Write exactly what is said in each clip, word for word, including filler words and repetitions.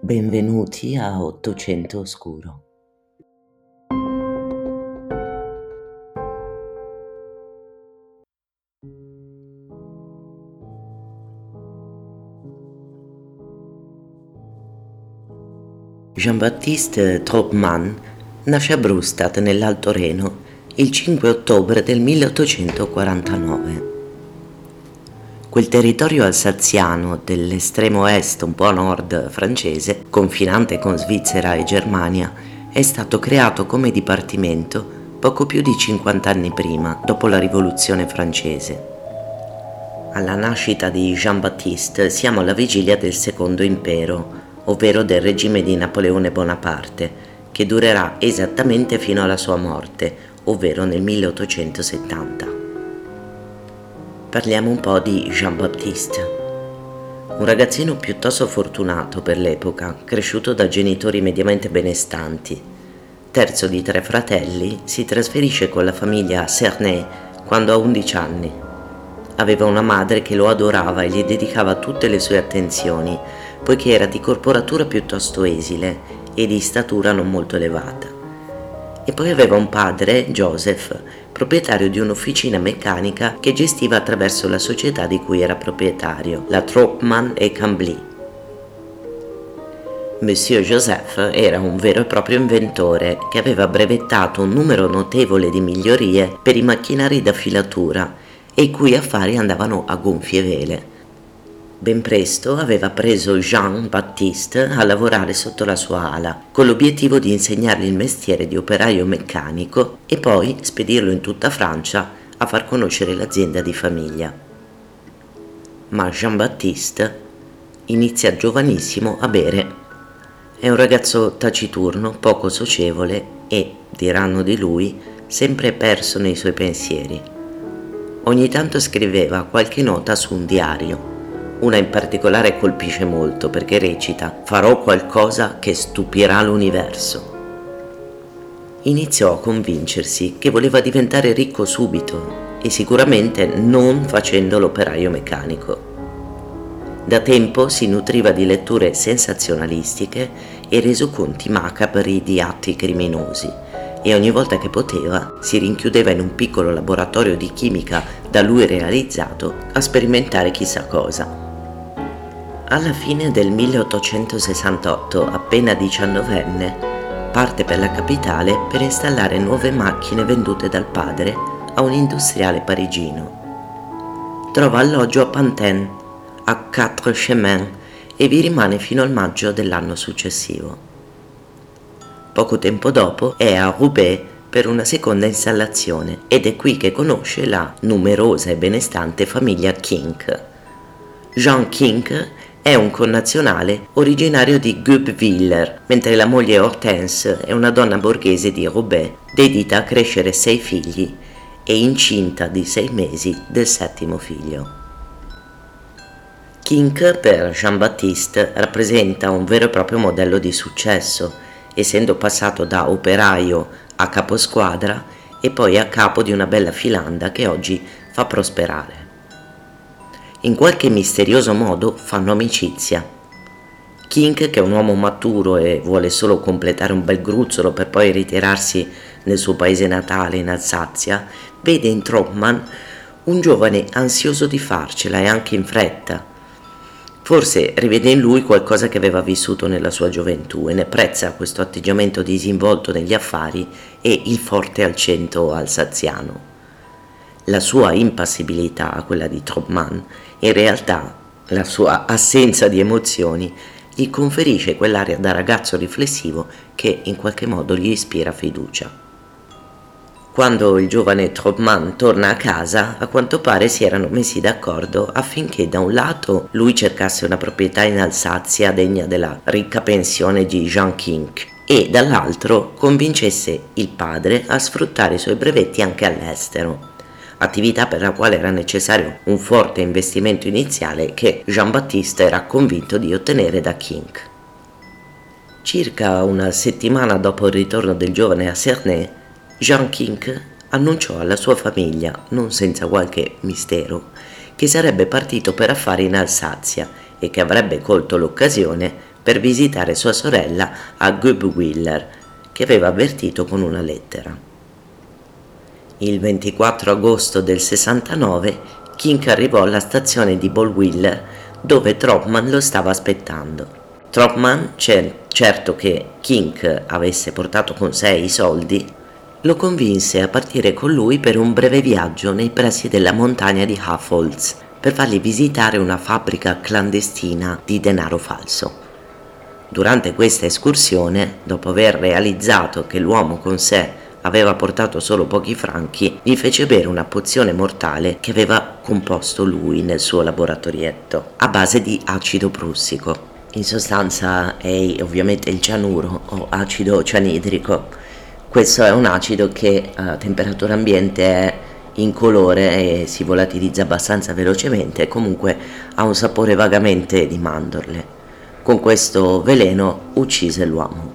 Benvenuti a Ottocento Oscuro. Jean-Baptiste Troppmann nasce a Brustad, nell'Alto Reno, il cinque ottobre del milleottocentoquarantanove. Quel territorio alsaziano dell'estremo est, un po' a nord francese, confinante con Svizzera e Germania, è stato creato come dipartimento poco più di cinquanta anni prima, dopo la Rivoluzione francese. Alla nascita di Jean-Baptiste siamo alla vigilia del Secondo Impero, ovvero del regime di Napoleone Bonaparte, che durerà esattamente fino alla sua morte, ovvero nel milleottocentosettanta. Parliamo un po' di Jean-Baptiste, un ragazzino piuttosto fortunato per l'epoca, cresciuto da genitori mediamente benestanti. Terzo di tre fratelli, si trasferisce con la famiglia a Cernay quando ha undici anni. Aveva una madre che lo adorava e gli dedicava tutte le sue attenzioni, poiché era di corporatura piuttosto esile e di statura non molto elevata. E poi aveva un padre, Joseph, proprietario di un'officina meccanica che gestiva attraverso la società di cui era proprietario, la Troppmann et Cambly. Monsieur Joseph era un vero e proprio inventore che aveva brevettato un numero notevole di migliorie per i macchinari da filatura e i cui affari andavano a gonfie vele. Ben presto aveva preso Jean-Baptiste a lavorare sotto la sua ala, con l'obiettivo di insegnargli il mestiere di operaio meccanico e poi spedirlo in tutta Francia a far conoscere l'azienda di famiglia. Ma Jean-Baptiste inizia giovanissimo a bere. È un ragazzo taciturno, poco socievole e, diranno di lui, sempre perso nei suoi pensieri. Ogni tanto scriveva qualche nota su un diario. Una in particolare colpisce molto perché recita: «Farò qualcosa che stupirà l'universo». Iniziò a convincersi che voleva diventare ricco subito e sicuramente non facendo l'operaio meccanico. Da tempo si nutriva di letture sensazionalistiche e resoconti macabri di atti criminosi e ogni volta che poteva si rinchiudeva in un piccolo laboratorio di chimica da lui realizzato a sperimentare chissà cosa. Alla fine del milleottocentosessantotto, appena diciannovenne, parte per la capitale per installare nuove macchine vendute dal padre a un industriale parigino. Trova alloggio a Pantin, a Quatre Chemins, e vi rimane fino al maggio dell'anno successivo. Poco tempo dopo è a Roubaix per una seconda installazione ed è qui che conosce la numerosa e benestante famiglia Kink. Jean Kink è un connazionale originario di Guebwiller, mentre la moglie Hortense è una donna borghese di Roubaix, dedita a crescere sei figli e incinta di sei mesi del settimo figlio. Kink per Jean-Baptiste rappresenta un vero e proprio modello di successo, essendo passato da operaio a caposquadra e poi a capo di una bella filanda che oggi fa prosperare. In qualche misterioso modo fanno amicizia. Kink, che è un uomo maturo e vuole solo completare un bel gruzzolo per poi ritirarsi nel suo paese natale in Alsazia, vede in Troppmann un giovane ansioso di farcela e anche in fretta. Forse rivede in lui qualcosa che aveva vissuto nella sua gioventù e ne apprezza questo atteggiamento disinvolto negli affari e il forte accento alsaziano. La sua impassibilità, quella di Troppmann, in realtà la sua assenza di emozioni, gli conferisce quell'aria da ragazzo riflessivo che in qualche modo gli ispira fiducia. Quando il giovane Troppmann torna a casa, a quanto pare si erano messi d'accordo affinché da un lato lui cercasse una proprietà in Alsazia degna della ricca pensione di Jean Kink e dall'altro convincesse il padre a sfruttare i suoi brevetti anche all'estero, attività per la quale era necessario un forte investimento iniziale che Jean-Baptiste era convinto di ottenere da Kink. Circa una settimana dopo il ritorno del giovane a Cernay, Jean Kink annunciò alla sua famiglia, non senza qualche mistero, che sarebbe partito per affari in Alsazia e che avrebbe colto l'occasione per visitare sua sorella a Guebwiller, che aveva avvertito con una lettera. Il ventiquattro agosto del sessantanove King arrivò alla stazione di Bolwiller, dove Tropman lo stava aspettando. Tropman, certo che King avesse portato con sé i soldi, lo convinse a partire con lui per un breve viaggio nei pressi della montagna di Hafholz, per fargli visitare una fabbrica clandestina di denaro falso. Durante questa escursione, dopo aver realizzato che l'uomo con sé aveva portato solo pochi franchi, gli fece bere una pozione mortale che aveva composto lui nel suo laboratorietto, a base di acido prussico. In sostanza è ovviamente il cianuro o acido cianidrico. Questo è un acido che a temperatura ambiente è incolore e si volatilizza abbastanza velocemente e comunque ha un sapore vagamente di mandorle. Con questo veleno uccise l'uomo.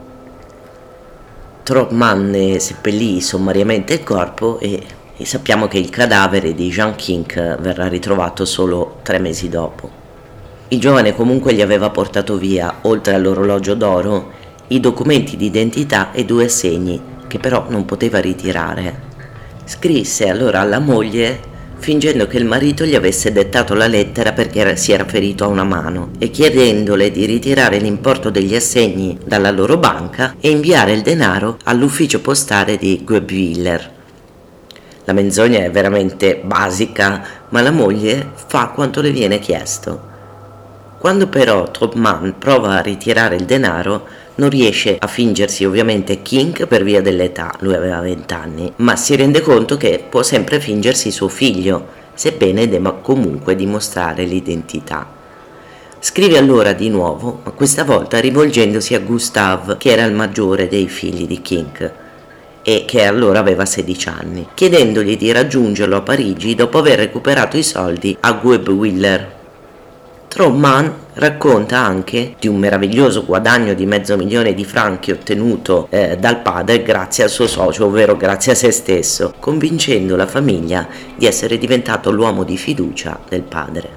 Tropman ne seppellì sommariamente il corpo e, e sappiamo che il cadavere di Jean King verrà ritrovato solo tre mesi dopo. Il giovane comunque gli aveva portato via, oltre all'orologio d'oro, i documenti di identità e due assegni, che però non poteva ritirare. Scrisse allora alla moglie, fingendo che il marito gli avesse dettato la lettera perché si era ferito a una mano, e chiedendole di ritirare l'importo degli assegni dalla loro banca e inviare il denaro all'ufficio postale di Guebwiller. La menzogna è veramente basica, ma la moglie fa quanto le viene chiesto. Quando però Tropman prova a ritirare il denaro, non riesce a fingersi ovviamente King per via dell'età, lui aveva venti anni, ma si rende conto che può sempre fingersi suo figlio, sebbene debba comunque dimostrare l'identità. Scrive allora di nuovo, ma questa volta rivolgendosi a Gustave, che era il maggiore dei figli di King e che allora aveva sedici anni, chiedendogli di raggiungerlo a Parigi dopo aver recuperato i soldi a Guebwiller. Tropman racconta anche di un meraviglioso guadagno di mezzo milione di franchi ottenuto eh, dal padre grazie al suo socio, ovvero grazie a se stesso, convincendo la famiglia di essere diventato l'uomo di fiducia del padre.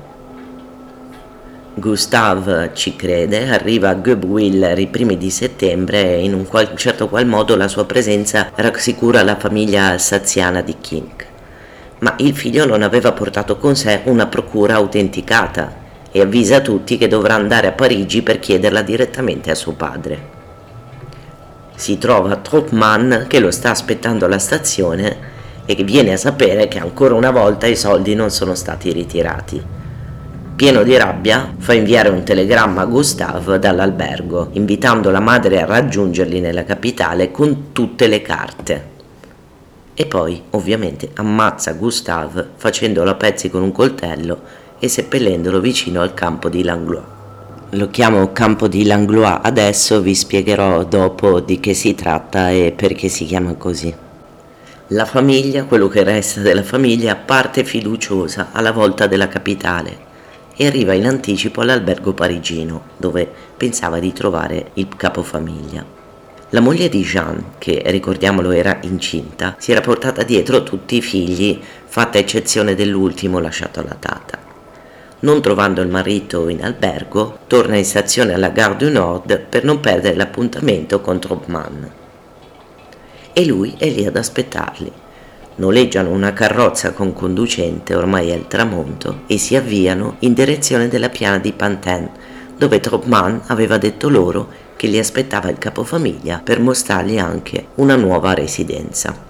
Gustave ci crede, arriva a Guebwiller i primi di settembre e in un qual- certo qual modo la sua presenza rassicura la famiglia alsaziana di King. Ma il figlio non aveva portato con sé una procura autenticata e avvisa tutti che dovrà andare a Parigi per chiederla direttamente a suo padre. Si trova Tropman che lo sta aspettando alla stazione e che viene a sapere che ancora una volta i soldi non sono stati ritirati. Pieno di rabbia, fa inviare un telegramma a Gustave dall'albergo, invitando la madre a raggiungerli nella capitale con tutte le carte. E poi, ovviamente, ammazza Gustave facendolo a pezzi con un coltello e seppellendolo vicino al campo di Langlois. Lo chiamo campo di Langlois adesso, vi spiegherò dopo di che si tratta e perché si chiama così. La famiglia, quello che resta della famiglia, parte fiduciosa alla volta della capitale e arriva in anticipo all'albergo parigino, dove pensava di trovare il capofamiglia. La moglie di Jean, che ricordiamolo era incinta, si era portata dietro tutti i figli, fatta eccezione dell'ultimo lasciato alla tata. Non trovando il marito in albergo, torna in stazione alla Gare du Nord per non perdere l'appuntamento con Tropman. E lui è lì ad aspettarli. Noleggiano una carrozza con conducente, ormai è il tramonto, e si avviano in direzione della piana di Pantin, dove Tropman aveva detto loro che li aspettava il capofamiglia per mostrargli anche una nuova residenza.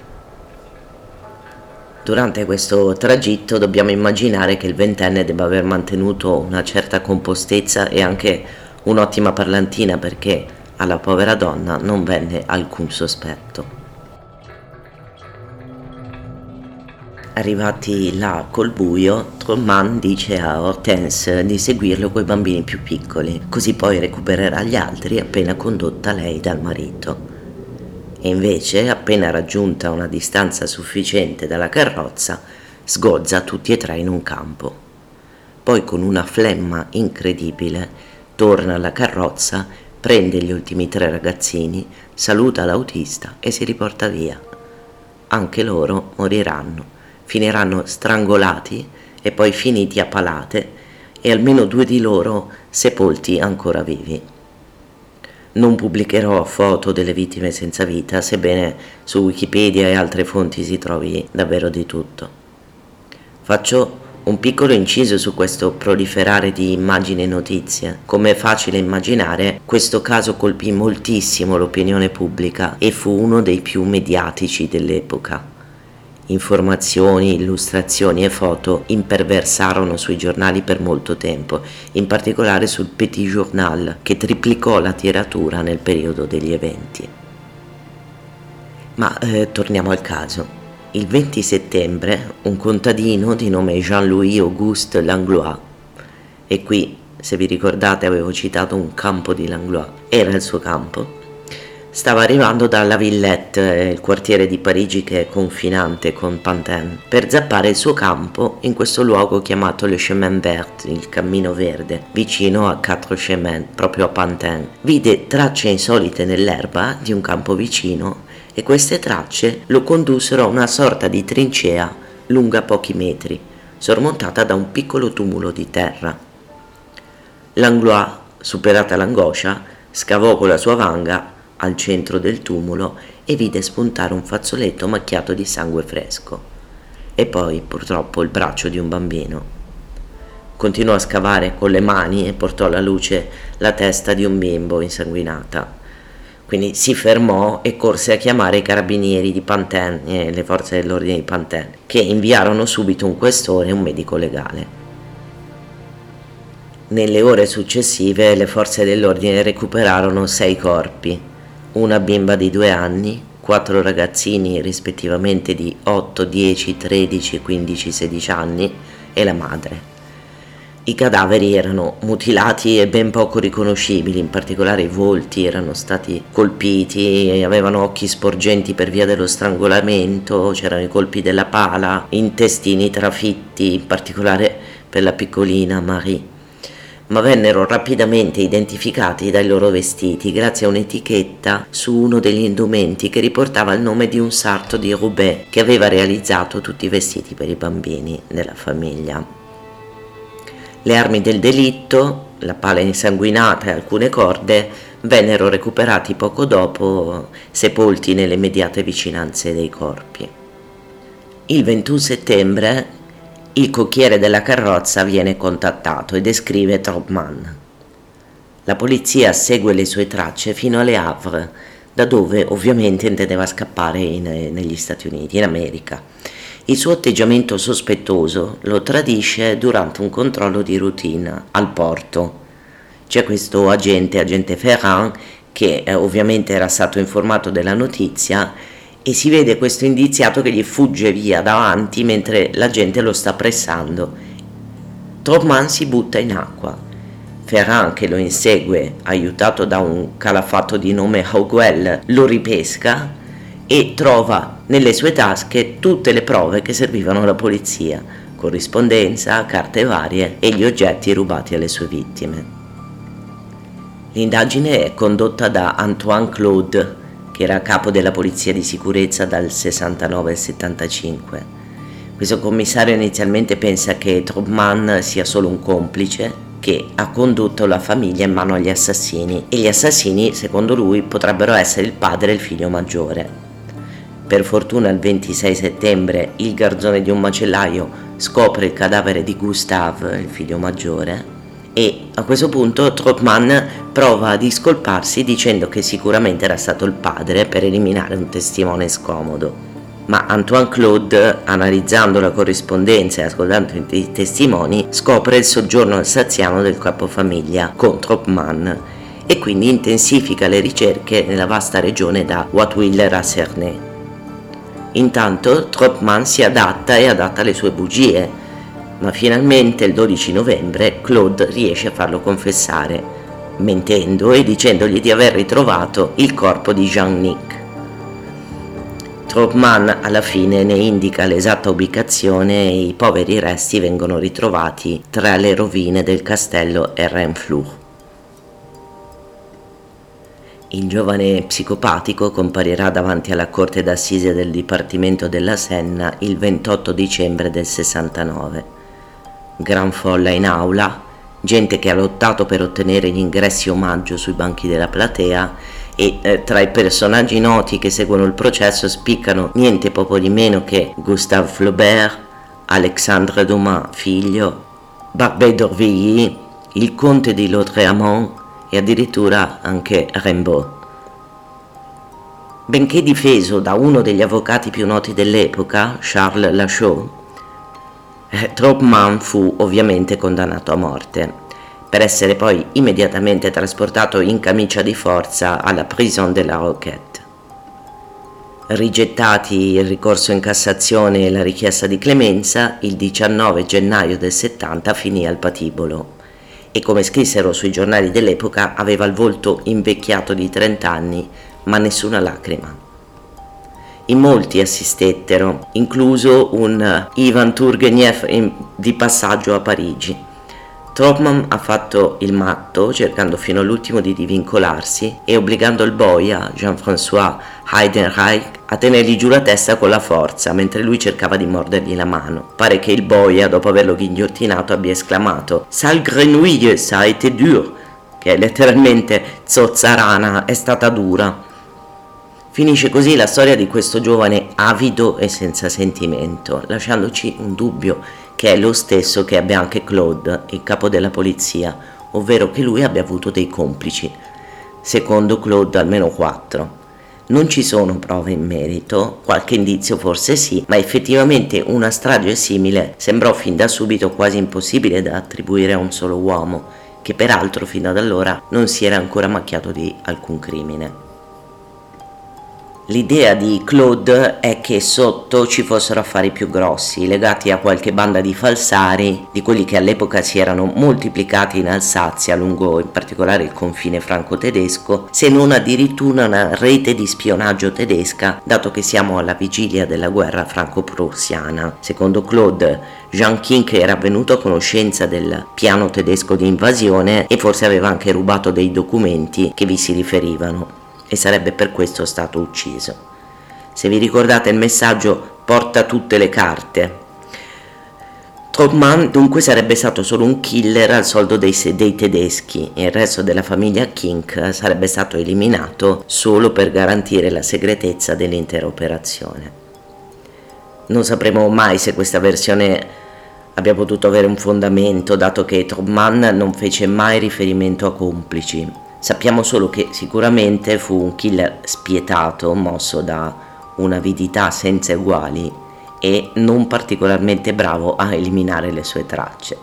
Durante questo tragitto dobbiamo immaginare che il ventenne debba aver mantenuto una certa compostezza e anche un'ottima parlantina, perché alla povera donna non venne alcun sospetto. Arrivati là col buio, Tropman dice a Hortense di seguirlo coi bambini più piccoli, così poi recupererà gli altri appena condotta lei dal marito. E invece, appena raggiunta una distanza sufficiente dalla carrozza, sgozza tutti e tre in un campo. Poi, con una flemma incredibile, torna alla carrozza, prende gli ultimi tre ragazzini, saluta l'autista e si riporta via. Anche loro moriranno, finiranno strangolati e poi finiti a palate, e almeno due di loro sepolti ancora vivi. Non pubblicherò foto delle vittime senza vita, sebbene su Wikipedia e altre fonti si trovi davvero di tutto. Faccio un piccolo inciso su questo proliferare di immagini e notizie. Come è facile immaginare, questo caso colpì moltissimo l'opinione pubblica e fu uno dei più mediatici dell'epoca. Informazioni, illustrazioni e foto imperversarono sui giornali per molto tempo, in particolare sul Petit Journal, che triplicò la tiratura nel periodo degli eventi. Ma eh, torniamo al caso. Il venti settembre un contadino di nome Jean-Louis Auguste Langlois, e qui, se vi ricordate, avevo citato un campo di Langlois, era il suo campo, stava arrivando dalla Villette, il quartiere di Parigi che è confinante con Pantin, per zappare il suo campo in questo luogo chiamato Le Chemin Vert, il cammino verde, vicino a Quatre Chemins, proprio a Pantin. Vide tracce insolite nell'erba di un campo vicino e queste tracce lo condussero a una sorta di trincea lunga pochi metri, sormontata da un piccolo tumulo di terra. Langlois, superata l'angoscia, scavò con la sua vanga al centro del tumulo e vide spuntare un fazzoletto macchiato di sangue fresco e poi purtroppo il braccio di un bambino. Continuò a scavare con le mani e portò alla luce la testa di un bimbo insanguinata. Quindi si fermò e corse a chiamare i carabinieri di Pantin e le forze dell'ordine di Pantin, che inviarono subito un questore e un medico legale. Nelle ore successive le forze dell'ordine recuperarono sei corpi, una bimba di due anni, quattro ragazzini rispettivamente di otto, dieci, tredici, quindici, sedici anni e la madre. I cadaveri erano mutilati e ben poco riconoscibili, in particolare i volti erano stati colpiti e avevano occhi sporgenti per via dello strangolamento, c'erano i colpi della pala, intestini trafitti, in particolare per la piccolina Marie. Ma vennero rapidamente identificati dai loro vestiti grazie a un'etichetta su uno degli indumenti che riportava il nome di un sarto di Roubaix che aveva realizzato tutti i vestiti per i bambini della famiglia. Le armi del delitto, la pala insanguinata e alcune corde vennero recuperati poco dopo, sepolti nelle immediate vicinanze dei corpi. Il ventuno settembre il cocchiere della carrozza viene contattato e descrive Tropman. La polizia segue le sue tracce fino alle Havre, da dove ovviamente intendeva scappare in, negli Stati Uniti, in America. Il suo atteggiamento sospettoso lo tradisce durante un controllo di routine al porto. C'è questo agente, agente Ferrand, che eh, ovviamente era stato informato della notizia e si vede questo indiziato che gli fugge via davanti mentre la gente lo sta pressando. Tropman si butta in acqua. Ferrand, che lo insegue, aiutato da un calafatto di nome Hauguel, lo ripesca e trova nelle sue tasche tutte le prove che servivano alla polizia, corrispondenza, carte varie e gli oggetti rubati alle sue vittime. L'indagine è condotta da Antoine Claude, che era capo della polizia di sicurezza dal sessantanove al settantacinque. Questo commissario inizialmente pensa che Tropman sia solo un complice che ha condotto la famiglia in mano agli assassini e gli assassini, secondo lui, potrebbero essere il padre e il figlio maggiore. Per fortuna il ventisei settembre il garzone di un macellaio scopre il cadavere di Gustave, il figlio maggiore, e a questo punto Tropman prova a discolparsi dicendo che sicuramente era stato il padre per eliminare un testimone scomodo. Ma Antoine Claude, analizzando la corrispondenza e ascoltando i testimoni, scopre il soggiorno alsaziano del capofamiglia con Tropman e quindi intensifica le ricerche nella vasta regione da Wattwiller a Cernay. Intanto Tropman si adatta e adatta le sue bugie, ma finalmente il dodici novembre Claude riesce a farlo confessare, mentendo e dicendogli di aver ritrovato il corpo di Jean-Nic. Tropman alla fine ne indica l'esatta ubicazione e i poveri resti vengono ritrovati tra le rovine del castello Erenflur. Il giovane psicopatico comparirà davanti alla corte d'assise del Dipartimento della Senna il ventotto dicembre del sessantanove. Gran folla in aula gente che ha lottato per ottenere gli ingressi omaggio sui banchi della platea, e eh, tra i personaggi noti che seguono il processo spiccano niente poco di meno che Gustave Flaubert, Alexandre Dumas figlio, Barbey d'Aurevilly, il conte di Lautréamont e addirittura anche Rimbaud. Benché difeso da uno degli avvocati più noti dell'epoca, Charles Lachaud, eh, Troppmann fu ovviamente condannato a morte, per essere poi immediatamente trasportato in camicia di forza alla Prison de la Roquette. Rigettati il ricorso in Cassazione e la richiesta di clemenza, il diciannove gennaio del settanta finì al patibolo e, come scrissero sui giornali dell'epoca, aveva il volto invecchiato di trenta anni, ma nessuna lacrima. In molti assistettero, incluso un Ivan Turgenev in, di passaggio a Parigi. Troppmann ha fatto il matto, cercando fino all'ultimo di divincolarsi e obbligando il boia, Jean-François Heidenreich, a tenergli giù la testa con la forza, mentre lui cercava di mordergli la mano. Pare che il boia, dopo averlo ghigliottinato, abbia esclamato «Sale grenouille, ça a été dur», che è letteralmente «zozza rana, è stata dura». Finisce così la storia di questo giovane avido e senza sentimento, lasciandoci un dubbio che è lo stesso che abbia anche Claude, il capo della polizia, ovvero che lui abbia avuto dei complici. Secondo Claude almeno quattro. Non ci sono prove in merito, qualche indizio forse sì, ma effettivamente una strage simile sembrò fin da subito quasi impossibile da attribuire a un solo uomo, che peraltro fino ad allora non si era ancora macchiato di alcun crimine. L'idea di Claude è che sotto ci fossero affari più grossi, legati a qualche banda di falsari, di quelli che all'epoca si erano moltiplicati in Alsazia, lungo in particolare il confine franco-tedesco, se non addirittura una rete di spionaggio tedesca, dato che siamo alla vigilia della guerra franco-prussiana. Secondo Claude, Jean Kink era venuto a conoscenza del piano tedesco di invasione e forse aveva anche rubato dei documenti che vi si riferivano, e sarebbe per questo stato ucciso. Se vi ricordate, il messaggio porta tutte le carte. Troppmann dunque sarebbe stato solo un killer al soldo dei, dei tedeschi e il resto della famiglia Kink sarebbe stato eliminato solo per garantire la segretezza dell'intera operazione. Non sapremo mai se questa versione abbia potuto avere un fondamento, dato che Troppmann non fece mai riferimento a complici. Sappiamo solo che sicuramente fu un killer spietato, mosso da un'avidità senza eguali e non particolarmente bravo a eliminare le sue tracce.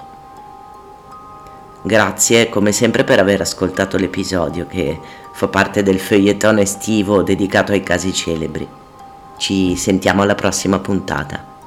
Grazie come sempre per aver ascoltato l'episodio che fa parte del feuilleton estivo dedicato ai casi celebri. Ci sentiamo alla prossima puntata.